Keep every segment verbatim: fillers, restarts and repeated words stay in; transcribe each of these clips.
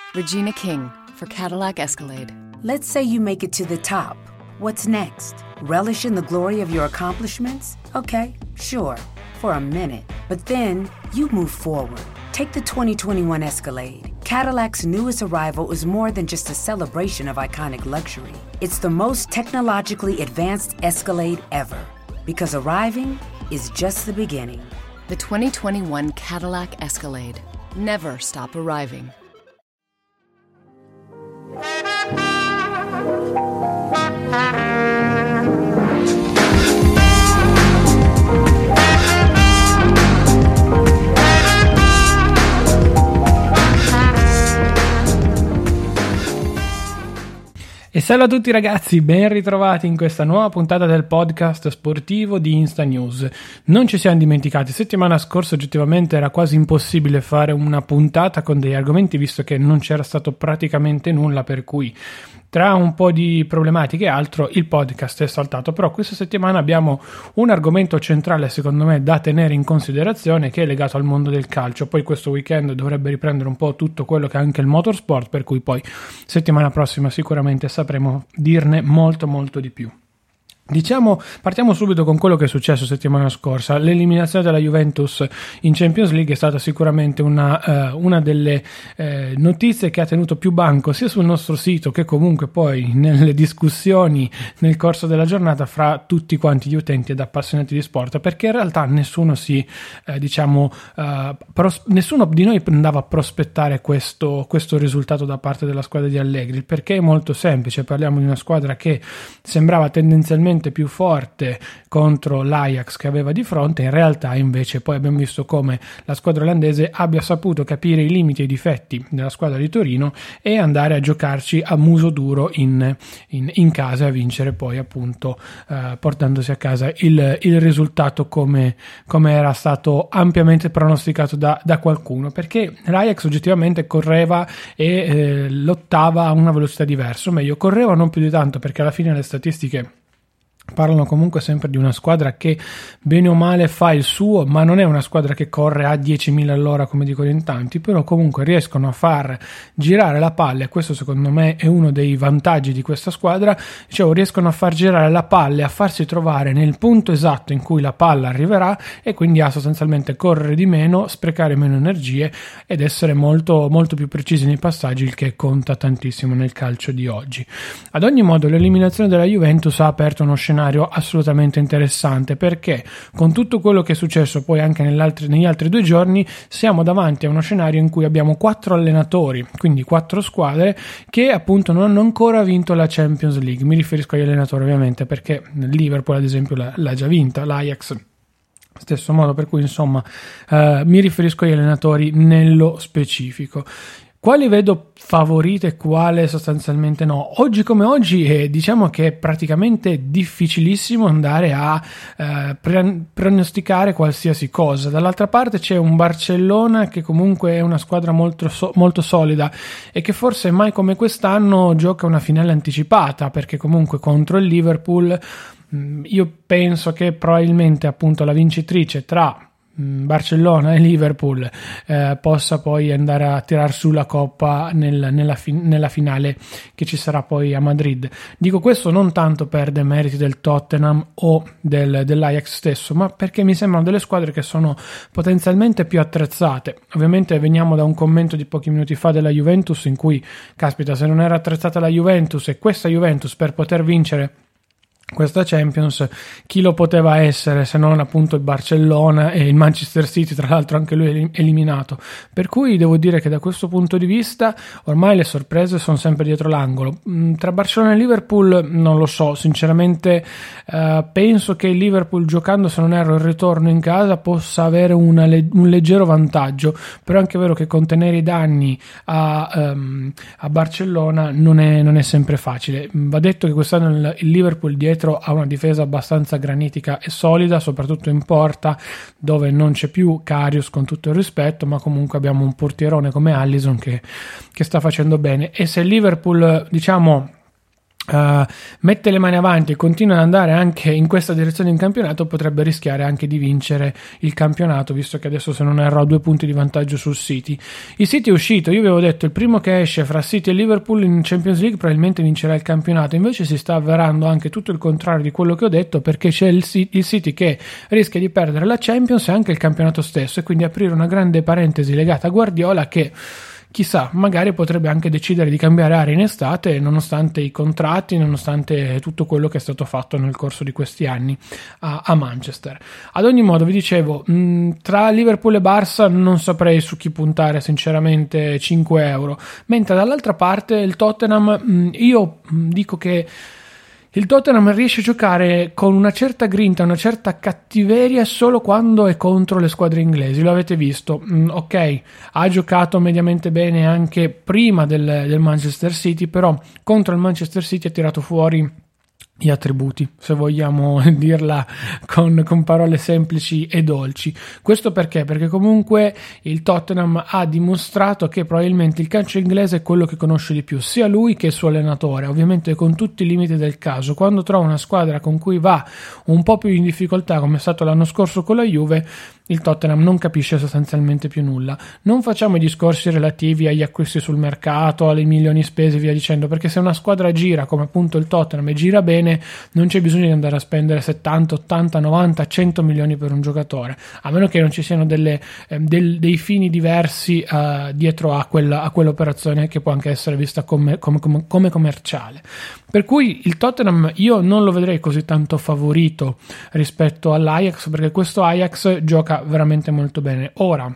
Regina King for Cadillac Escalade. Let's say you make it to the top. What's next? Relish in the glory of your accomplishments? Okay, sure, for a minute. But then you move forward. Take the twenty twenty-one Escalade. Cadillac's newest arrival is more than just a celebration of iconic luxury. It's the most technologically advanced Escalade ever. Because arriving is just the beginning. The twenty twenty-one Cadillac Escalade. Never stop arriving. E salve a tutti ragazzi, ben ritrovati in questa nuova puntata del podcast sportivo di Insta News. Non ci siamo dimenticati, settimana scorsa oggettivamente era quasi impossibile fare una puntata con degli argomenti visto che non c'era stato praticamente nulla, per cui tra un po' di problematiche e altro il podcast è saltato. Però questa settimana abbiamo un argomento centrale secondo me da tenere in considerazione, che è legato al mondo del calcio. Poi questo weekend dovrebbe riprendere un po' tutto quello che è anche il motorsport, per cui poi settimana prossima sicuramente sapremo dirne molto molto di più. Diciamo, partiamo subito con quello che è successo settimana scorsa. L'eliminazione della Juventus in Champions League è stata sicuramente una, uh, una delle uh, notizie che ha tenuto più banco sia sul nostro sito che comunque poi nelle discussioni nel corso della giornata fra tutti quanti gli utenti ed appassionati di sport, perché in realtà nessuno si uh, diciamo uh, pros- nessuno di noi andava a prospettare questo, questo risultato da parte della squadra di Allegri. Il perché è molto semplice: parliamo di una squadra che sembrava tendenzialmente più forte contro l'Ajax che aveva di fronte. In realtà invece poi abbiamo visto come la squadra olandese abbia saputo capire i limiti e i difetti della squadra di Torino e andare a giocarci a muso duro in, in, in casa e a vincere poi appunto eh, portandosi a casa il, il risultato come, come era stato ampiamente pronosticato da, da qualcuno, perché l'Ajax oggettivamente correva e eh, lottava a una velocità diversa, o meglio correva non più di tanto, perché alla fine le statistiche parlano comunque sempre di una squadra che bene o male fa il suo, ma non è una squadra che corre a diecimila all'ora come dicono in tanti, però comunque riescono a far girare la palla, e questo secondo me è uno dei vantaggi di questa squadra. Dicevo, riescono a far girare la palla e a farsi trovare nel punto esatto in cui la palla arriverà, e quindi a sostanzialmente correre di meno, sprecare meno energie ed essere molto molto più precisi nei passaggi, il che conta tantissimo nel calcio di oggi. Ad ogni modo, l'eliminazione della Juventus ha aperto uno scenario assolutamente interessante, perché con tutto quello che è successo poi anche negli altri due giorni siamo davanti a uno scenario in cui abbiamo quattro allenatori, quindi quattro squadre che appunto non hanno ancora vinto la Champions League. Mi riferisco agli allenatori ovviamente, perché il Liverpool ad esempio l'ha già vinta, l'Ajax stesso modo, per cui insomma eh, mi riferisco agli allenatori nello specifico. Quali vedo favorite e quale sostanzialmente no? Oggi come oggi eh, diciamo che è praticamente difficilissimo andare a eh, pre- pronosticare qualsiasi cosa. Dall'altra parte c'è un Barcellona che comunque è una squadra molto, so- molto solida e che forse mai come quest'anno gioca una finale anticipata, perché comunque contro il Liverpool mh, io penso che probabilmente appunto la vincitrice tra Barcellona e Liverpool eh, possa poi andare a tirar su la coppa nel, nella, fi- nella finale che ci sarà poi a Madrid. Dico questo non tanto per demeriti del Tottenham o del, dell'Ajax stesso, ma perché mi sembrano delle squadre che sono potenzialmente più attrezzate. Ovviamente veniamo da un commento di pochi minuti fa della Juventus in cui, caspita, se non era attrezzata la Juventus e questa Juventus per poter vincere questa Champions, chi lo poteva essere se non appunto il Barcellona e il Manchester City, tra l'altro anche lui eliminato. Per cui devo dire che da questo punto di vista ormai le sorprese sono sempre dietro l'angolo. Tra Barcellona e Liverpool non lo so, sinceramente eh, penso che il Liverpool, giocando se non erro il ritorno in casa, possa avere una, un leggero vantaggio, però è anche vero che contenere i danni a, um, a Barcellona non è, non è sempre facile. Va detto che quest'anno il, il Liverpool dietro ha una difesa abbastanza granitica e solida, soprattutto in porta, dove non c'è più Karius, con tutto il rispetto, ma comunque abbiamo un portierone come Alisson che, che sta facendo bene. E se il Liverpool, diciamo, Uh, mette le mani avanti e continua ad andare anche in questa direzione in campionato, potrebbe rischiare anche di vincere il campionato, visto che adesso, se non erro, ha due punti di vantaggio sul City. Il City è uscito, io avevo detto il primo che esce fra City e Liverpool in Champions League probabilmente vincerà il campionato, invece si sta avverando anche tutto il contrario di quello che ho detto, perché c'è il City, il City che rischia di perdere la Champions e anche il campionato stesso, e quindi aprire una grande parentesi legata a Guardiola che, chissà, magari potrebbe anche decidere di cambiare aria in estate, nonostante i contratti, nonostante tutto quello che è stato fatto nel corso di questi anni a, a Manchester. Ad ogni modo, vi dicevo, mh, tra Liverpool e Barça non saprei su chi puntare, sinceramente, cinque euro, mentre dall'altra parte il Tottenham, mh, io mh, dico che il Tottenham riesce a giocare con una certa grinta, una certa cattiveria solo quando è contro le squadre inglesi, lo avete visto. Mm, ok, ha giocato mediamente bene anche prima del, del Manchester City, però contro il Manchester City ha tirato fuori gli attributi, se vogliamo dirla con, con parole semplici e dolci. Questo perché? Perché comunque il Tottenham ha dimostrato che probabilmente il calcio inglese è quello che conosce di più, sia lui che il suo allenatore, ovviamente con tutti i limiti del caso. Quando trova una squadra con cui va un po' più in difficoltà, come è stato l'anno scorso con la Juve, il Tottenham non capisce sostanzialmente più nulla. Non facciamo i discorsi relativi agli acquisti sul mercato, ai milioni spesi, via dicendo, perché se una squadra gira come appunto il Tottenham e gira bene, non c'è bisogno di andare a spendere settanta, ottanta, novanta, cento milioni per un giocatore, a meno che non ci siano delle, eh, del, dei fini diversi uh, dietro a, quella, a quell'operazione, che può anche essere vista come, come, come, come commerciale. Per cui il Tottenham io non lo vedrei così tanto favorito rispetto all'Ajax, perché questo Ajax gioca veramente molto bene. Ora,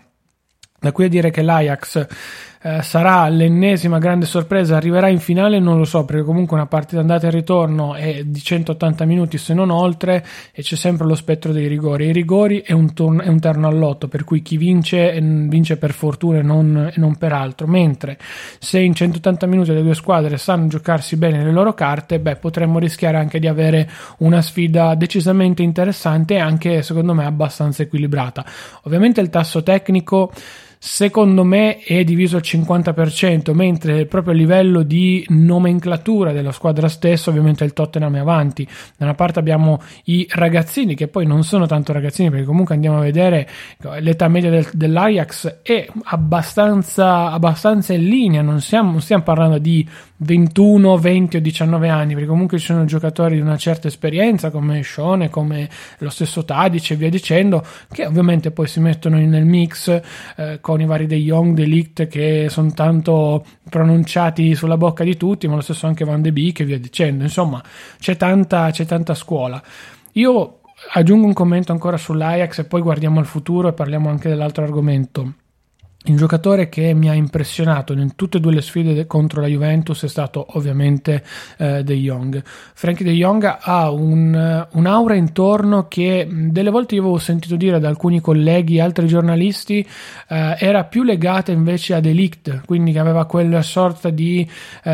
da qui a dire che l'Ajax eh, sarà l'ennesima grande sorpresa, arriverà in finale, non lo so, perché comunque una partita andata e ritorno è di centottanta minuti se non oltre, e c'è sempre lo spettro dei rigori. I rigori è un, turno, è un terno al lotto, per cui chi vince vince per fortuna e non, e non per altro, mentre se in centottanta minuti le due squadre sanno giocarsi bene le loro carte, beh, potremmo rischiare anche di avere una sfida decisamente interessante e anche, secondo me, abbastanza equilibrata. Ovviamente il tasso tecnico, secondo me, è diviso al cinquanta per cento, mentre proprio a livello di nomenclatura della squadra stessa ovviamente il Tottenham è avanti. Da una parte abbiamo i ragazzini, che poi non sono tanto ragazzini, perché comunque andiamo a vedere l'età media del, dell'Ajax è abbastanza, abbastanza in linea, non stiamo, non stiamo parlando di ventuno, venti o diciannove anni, perché comunque ci sono giocatori di una certa esperienza come Shone, come lo stesso Tadic e via dicendo, che ovviamente poi si mettono nel mix eh, con i vari De Jong, De Ligt, che sono tanto pronunciati sulla bocca di tutti, ma lo stesso anche Van de Beek e via dicendo. Insomma, c'è tanta, c'è tanta scuola. Io aggiungo un commento ancora sull'Ajax e poi guardiamo al futuro e parliamo anche dell'altro argomento. Il giocatore che mi ha impressionato in tutte e due le sfide contro la Juventus è stato ovviamente eh, De Jong. Frankie De Jong ha un, un'aura intorno che delle volte io avevo sentito dire da alcuni colleghi, altri giornalisti, eh, era più legata invece a De Ligt, quindi che aveva quella sorta di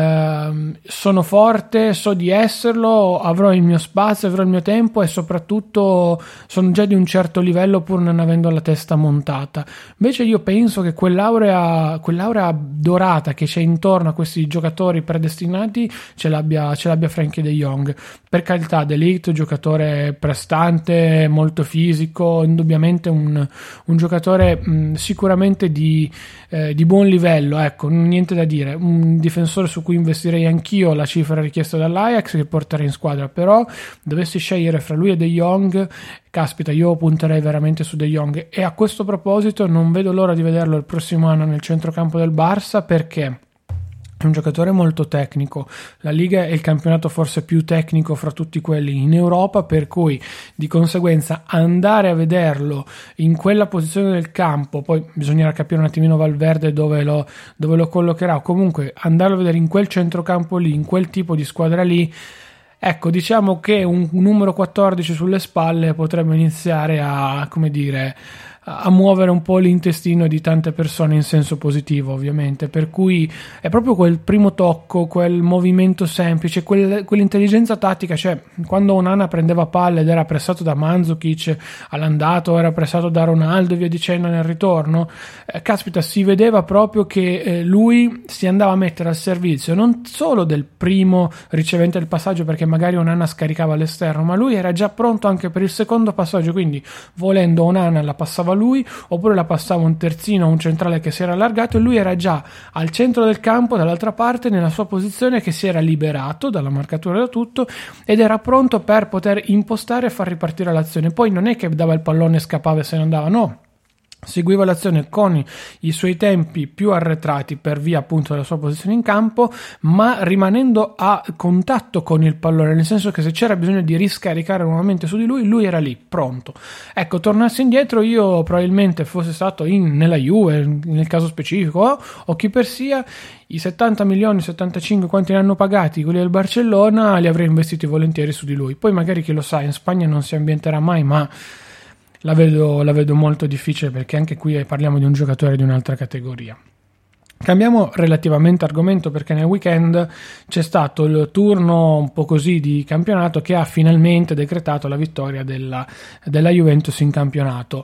eh, sono forte, so di esserlo, avrò il mio spazio, avrò il mio tempo e soprattutto sono già di un certo livello pur non avendo la testa montata. Invece io penso che quell'aurea, quell'aurea dorata che c'è intorno a questi giocatori predestinati ce l'abbia, ce l'abbia Frankie De Jong. Per carità, De Ligt, giocatore prestante, molto fisico, indubbiamente un, un giocatore mh, sicuramente di, eh, di buon livello, ecco, niente da dire, un difensore su cui investirei anch'io la cifra richiesta dall'Ajax, che porterei in squadra. Però dovessi scegliere fra lui e De Jong, caspita, io punterei veramente su De Jong. E a questo proposito non vedo l'ora di vederlo il prossimo anno nel centrocampo del Barça, perché è un giocatore molto tecnico. La Liga è il campionato forse più tecnico fra tutti quelli in Europa, per cui di conseguenza andare a vederlo in quella posizione del campo, poi bisognerà capire un attimino Valverde dove lo, dove lo collocherà, o comunque andarlo a vedere in quel centrocampo lì, in quel tipo di squadra lì, ecco, diciamo che un, un numero quattordici sulle spalle potrebbe iniziare a, come dire, a muovere un po' l'intestino di tante persone in senso positivo, ovviamente, per cui è proprio quel primo tocco, quel movimento semplice, quel, quell'intelligenza tattica, cioè quando Onana prendeva palla ed era pressato da Mandzukic all'andato, era pressato da Ronaldo e via dicendo nel ritorno, eh, caspita, si vedeva proprio che eh, lui si andava a mettere al servizio non solo del primo ricevente del passaggio, perché magari Onana scaricava all'esterno, ma lui era già pronto anche per il secondo passaggio, quindi volendo Onana la passava lui, oppure la passava un terzino o un centrale che si era allargato e lui era già al centro del campo, dall'altra parte, nella sua posizione, che si era liberato dalla marcatura da tutto ed era pronto per poter impostare e far ripartire l'azione. Poi non è che dava il pallone, scappava e se ne andava, no, seguiva l'azione con i suoi tempi più arretrati per via appunto della sua posizione in campo, ma rimanendo a contatto con il pallone, nel senso che se c'era bisogno di riscaricare nuovamente su di lui, lui era lì pronto. Ecco, tornassi indietro, io probabilmente fosse stato in, nella Juve nel caso specifico, o, o chi per sia, i settanta milioni, settantacinque quanti ne hanno pagati quelli del Barcellona, li avrei investiti volentieri su di lui. Poi magari, chi lo sa, in Spagna non si ambienterà mai, ma La vedo, la vedo molto difficile, perché anche qui parliamo di un giocatore di un'altra categoria. Cambiamo relativamente argomento, perché nel weekend c'è stato il turno un po' così di campionato che ha finalmente decretato la vittoria della, della Juventus in campionato.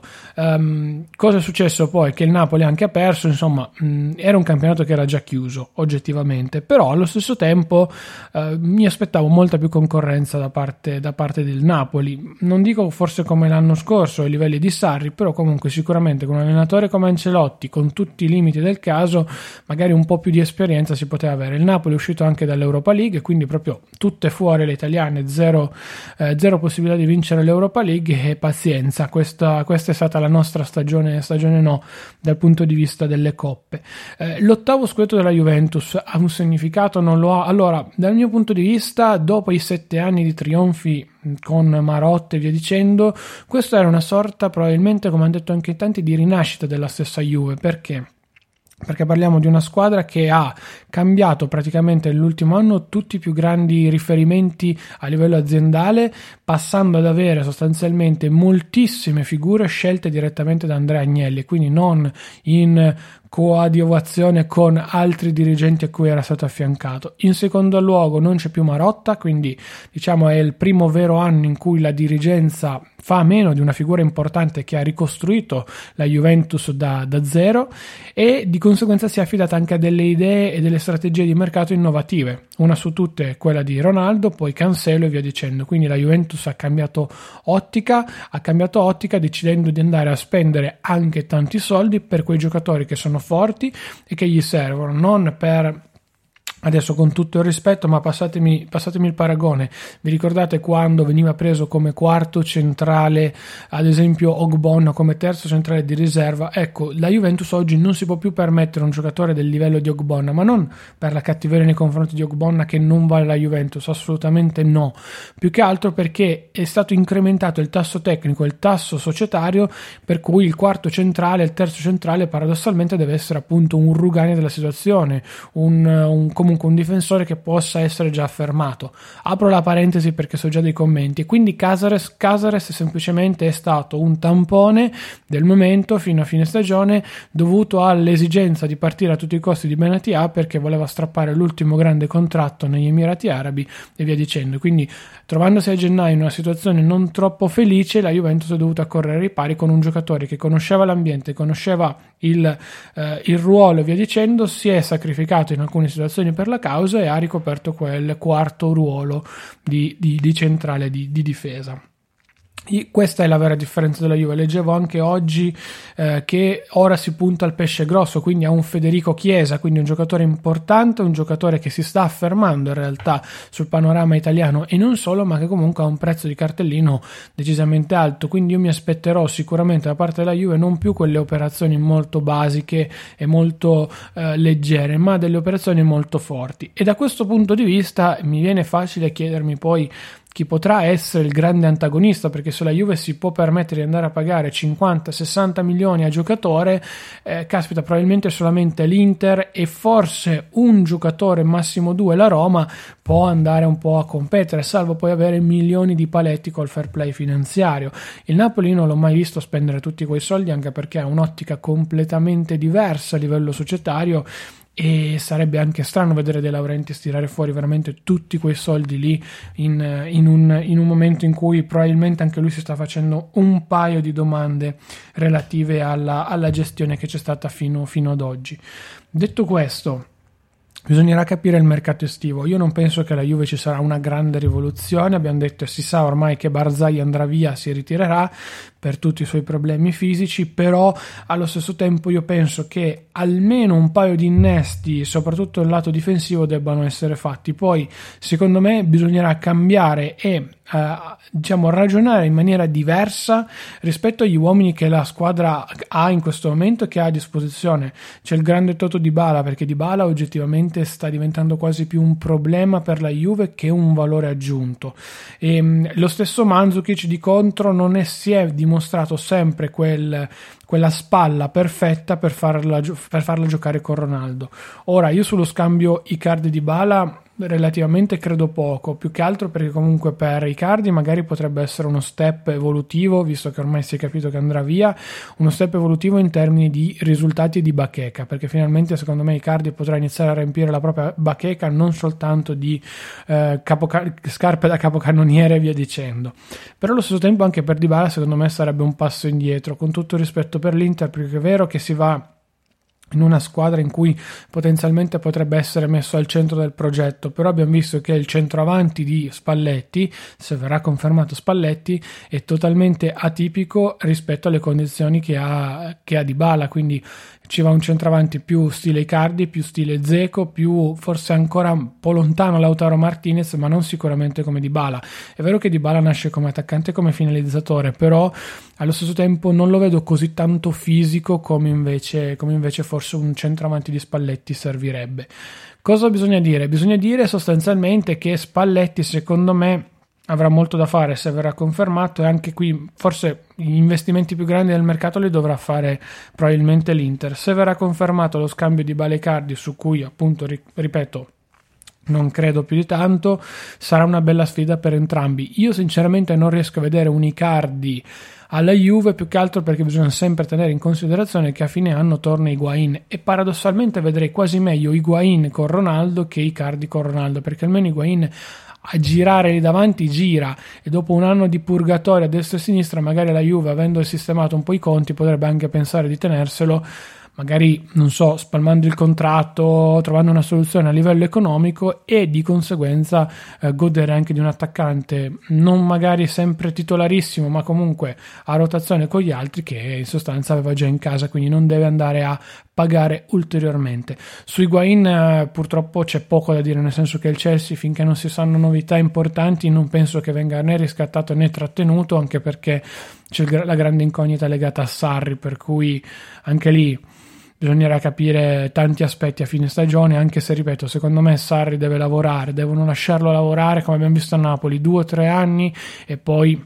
Um, cosa è successo poi? Che il Napoli anche ha perso, insomma mh, era un campionato che era già chiuso oggettivamente, però allo stesso tempo uh, mi aspettavo molta più concorrenza da parte, da parte del Napoli, non dico forse come l'anno scorso ai livelli di Sarri, però comunque sicuramente con un allenatore come Ancelotti, con tutti i limiti del caso, magari un po' più di esperienza si poteva avere. Il Napoli è uscito anche dall'Europa League, quindi proprio tutte fuori le italiane, zero, eh, zero possibilità di vincere l'Europa League, e pazienza, questa, questa è stata la nostra stagione, stagione no, dal punto di vista delle coppe. Eh, l'ottavo scudetto della Juventus ha un significato, non lo ha? Allora, dal mio punto di vista, dopo i sette anni di trionfi con Marotta e via dicendo, questa era una sorta, probabilmente, come hanno detto anche in tanti, di rinascita della stessa Juve. Perché? Perché parliamo di una squadra che ha cambiato praticamente nell'ultimo anno tutti i più grandi riferimenti a livello aziendale, passando ad avere sostanzialmente moltissime figure scelte direttamente da Andrea Agnelli, quindi non in coadiuvazione con altri dirigenti a cui era stato affiancato. In secondo luogo non c'è più Marotta, quindi diciamo è il primo vero anno in cui la dirigenza fa a meno di una figura importante che ha ricostruito la Juventus da, da zero, e di conseguenza si è affidata anche a delle idee e delle strategie di mercato innovative, una su tutte quella di Ronaldo, poi Cancelo e via dicendo. Quindi la Juventus ha cambiato ottica, ha cambiato ottica decidendo di andare a spendere anche tanti soldi per quei giocatori che sono forti e che gli servono, non per, adesso con tutto il rispetto, ma passatemi, passatemi il paragone, vi ricordate quando veniva preso come quarto centrale ad esempio Ogbonna, come terzo centrale di riserva? Ecco, la Juventus oggi non si può più permettere un giocatore del livello di Ogbonna, ma non per la cattiveria nei confronti di Ogbonna che non vale la Juventus, assolutamente no, più che altro perché è stato incrementato il tasso tecnico, il tasso societario, per cui il quarto centrale, il terzo centrale paradossalmente deve essere appunto un Rugani della situazione, un, un comunque un difensore che possa essere già affermato. Apro la parentesi perché so già dei commenti. Quindi Casares, Casares semplicemente è stato un tampone del momento fino a fine stagione, dovuto all'esigenza di partire a tutti i costi di Benatia, perché voleva strappare l'ultimo grande contratto negli Emirati Arabi e via dicendo. Quindi, trovandosi a gennaio in una situazione non troppo felice, la Juventus è dovuta correre ai ripari con un giocatore che conosceva l'ambiente, conosceva il, eh, il ruolo e via dicendo, si è sacrificato in alcune situazioni per la causa e ha ricoperto quel quarto ruolo di, di, di centrale di, di difesa. Questa è la vera differenza della Juve. Leggevo anche oggi eh, che ora si punta al pesce grosso, quindi a un Federico Chiesa, quindi un giocatore importante, un giocatore che si sta affermando in realtà sul panorama italiano e non solo, ma che comunque ha un prezzo di cartellino decisamente alto. Quindi io mi aspetterò sicuramente da parte della Juve non più quelle operazioni molto basiche e molto eh, leggere, ma delle operazioni molto forti. E da questo punto di vista mi viene facile chiedermi poi chi potrà essere il grande antagonista, perché se la Juve si può permettere di andare a pagare cinquanta sessanta milioni a giocatore, eh, caspita, probabilmente solamente l'Inter e forse un giocatore, massimo due, la Roma, può andare un po' a competere, salvo poi avere milioni di paletti col fair play finanziario. Il Napoli non l'ho mai visto spendere tutti quei soldi, anche perché ha un'ottica completamente diversa a livello societario, e sarebbe anche strano vedere De Laurentiis tirare fuori veramente tutti quei soldi lì in, in, un, in un momento in cui probabilmente anche lui si sta facendo un paio di domande relative alla, alla gestione che c'è stata fino, fino ad oggi. Detto questo, bisognerà capire il mercato estivo. Io non penso che la Juve ci sarà una grande rivoluzione, abbiamo detto e si sa ormai che Barzagli andrà via, si ritirerà per tutti i suoi problemi fisici, però allo stesso tempo io penso che almeno un paio di innesti, soprattutto il lato difensivo, debbano essere fatti. Poi secondo me bisognerà cambiare e eh, diciamo ragionare in maniera diversa rispetto agli uomini che la squadra ha in questo momento, che ha a disposizione. C'è il grande Toto Dybala, perché Dybala oggettivamente sta diventando quasi più un problema per la Juve che un valore aggiunto, e mh, lo stesso Mandzukic di contro non è, si è dimostrato mostrato sempre quel, quella spalla perfetta per farla, per farla giocare con Ronaldo. Ora io sullo scambio Icardi-Dybala relativamente credo poco, più che altro perché comunque per Icardi magari potrebbe essere uno step evolutivo, visto che ormai si è capito che andrà via, uno step evolutivo in termini di risultati e di bacheca, perché finalmente secondo me Icardi potrà iniziare a riempire la propria bacheca, non soltanto di eh, capoca- scarpe da capocannoniere e via dicendo. Però allo stesso tempo anche per Dybala secondo me sarebbe un passo indietro, con tutto il rispetto per l'Inter, perché è vero che si va in una squadra in cui potenzialmente potrebbe essere messo al centro del progetto, però abbiamo visto che il centroavanti di Spalletti, se verrà confermato Spalletti, è totalmente atipico rispetto alle condizioni che ha, che ha Dybala, quindi ci va un centravanti più stile Icardi, più stile Dzeko, più forse ancora un po' lontano Lautaro Martinez, ma non sicuramente come Dybala. È vero che Dybala nasce come attaccante e come finalizzatore, però allo stesso tempo non lo vedo così tanto fisico come invece, come invece forse un centravanti di Spalletti servirebbe. Cosa bisogna dire? Bisogna dire sostanzialmente che Spalletti secondo me avrà molto da fare se verrà confermato, e anche qui forse gli investimenti più grandi del mercato li dovrà fare probabilmente l'Inter. Se verrà confermato lo scambio di Dybala e Icardi, su cui appunto ripeto non credo più di tanto, sarà una bella sfida per entrambi. Io sinceramente non riesco a vedere un Icardi alla Juve, più che altro perché bisogna sempre tenere in considerazione che a fine anno torna Higuain, e paradossalmente vedrei quasi meglio Higuain con Ronaldo che Icardi con Ronaldo, perché almeno Higuain a girare lì davanti gira, e dopo un anno di purgatorio a destra e a sinistra magari la Juve, avendo sistemato un po' i conti, potrebbe anche pensare di tenerselo, magari non so, spalmando il contratto, trovando una soluzione a livello economico, e di conseguenza eh, godere anche di un attaccante non magari sempre titolarissimo, ma comunque a rotazione con gli altri, che in sostanza aveva già in casa, quindi non deve andare a pagare ulteriormente. Su Higuain eh, purtroppo c'è poco da dire, nel senso che il Chelsea, finché non si sanno novità importanti, non penso che venga né riscattato né trattenuto, anche perché c'è la grande incognita legata a Sarri, per cui anche lì bisognerà capire tanti aspetti a fine stagione, anche se ripeto, secondo me Sarri deve lavorare, devono lasciarlo lavorare come abbiamo visto a Napoli, due o tre anni, e poi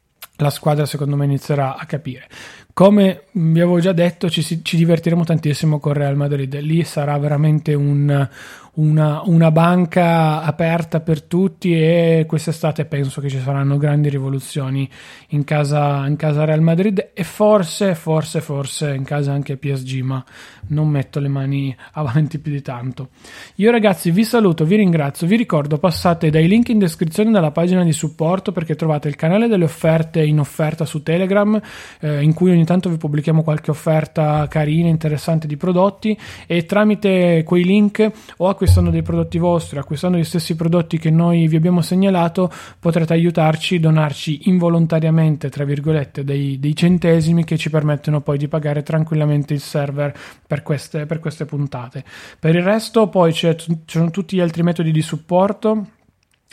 la squadra secondo me inizierà a capire. Come vi avevo già detto, ci, ci divertiremo tantissimo con Real Madrid, lì sarà veramente un, una, una banca aperta per tutti, e quest'estate penso che ci saranno grandi rivoluzioni in casa, in casa Real Madrid, e forse, forse, forse in casa anche P S G, ma non metto le mani avanti più di tanto. Io ragazzi vi saluto, vi ringrazio, vi ricordo, passate dai link in descrizione dalla pagina di supporto, perché trovate il canale delle offerte in offerta su Telegram, eh, in cui ogni tanto vi pubblichiamo qualche offerta carina, interessante di prodotti, e tramite quei link, o acquistando dei prodotti vostri, acquistando gli stessi prodotti che noi vi abbiamo segnalato, potrete aiutarci, donarci involontariamente tra virgolette dei, dei centesimi che ci permettono poi di pagare tranquillamente il server per queste, per queste puntate. Per il resto poi c'è, ci sono tutti gli altri metodi di supporto.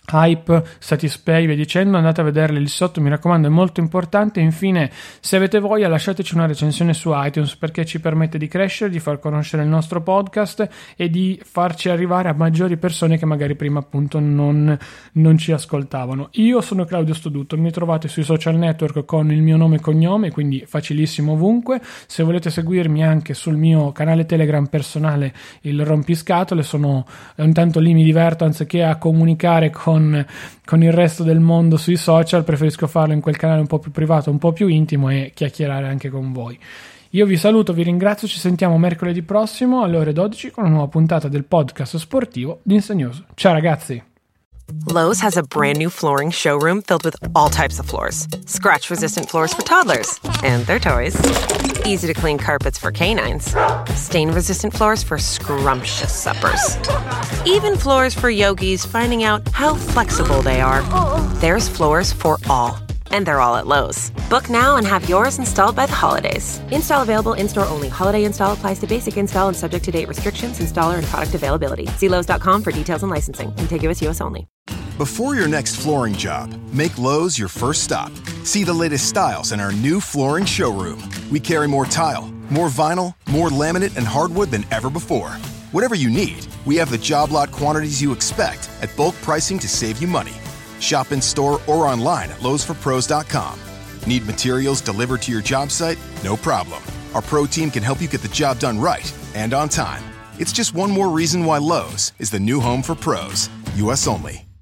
Hype, Satispay, via dicendo, andate a vederli lì sotto, mi raccomando, è molto importante. Infine, se avete voglia, lasciateci una recensione su iTunes, perché ci permette di crescere, di far conoscere il nostro podcast e di farci arrivare a maggiori persone che magari prima appunto non, non ci ascoltavano. Io sono Claudio Stoduto, mi trovate sui social network con il mio nome e cognome, quindi facilissimo ovunque. Se volete seguirmi anche sul mio canale Telegram personale, il Rompiscatole, sono intanto lì mi diverto, anziché a comunicare con Con, con il resto del mondo sui social, preferisco farlo in quel canale un po' più privato, un po' più intimo, e chiacchierare anche con voi. Io vi saluto, vi ringrazio, ci sentiamo mercoledì prossimo alle ore dodici con una nuova puntata del podcast sportivo di Instanews. Ciao ragazzi! Lowe's has a brand new flooring showroom filled with all types of floors. Scratch-resistant floors for toddlers and their toys. Easy-to-clean carpets for canines. Stain-resistant floors for scrumptious suppers. Even floors for yogis finding out how flexible they are. There's floors for all. And they're all at Lowe's. Book now and have yours installed by the holidays. Install available, in-store only. Holiday install applies to basic install and subject to date restrictions, installer and product availability. See Lowe's dot com for details and licensing. Contiguous U S only. Before your next flooring job, make Lowe's your first stop. See the latest styles in our new flooring showroom. We carry more tile, more vinyl, more laminate and hardwood than ever before. Whatever you need, we have the job lot quantities you expect at bulk pricing to save you money. Shop in store or online at Lowe's for Pros dot com. Need materials delivered to your job site? No problem. Our pro team can help you get the job done right and on time. It's just one more reason why Lowe's is the new home for pros. U S only.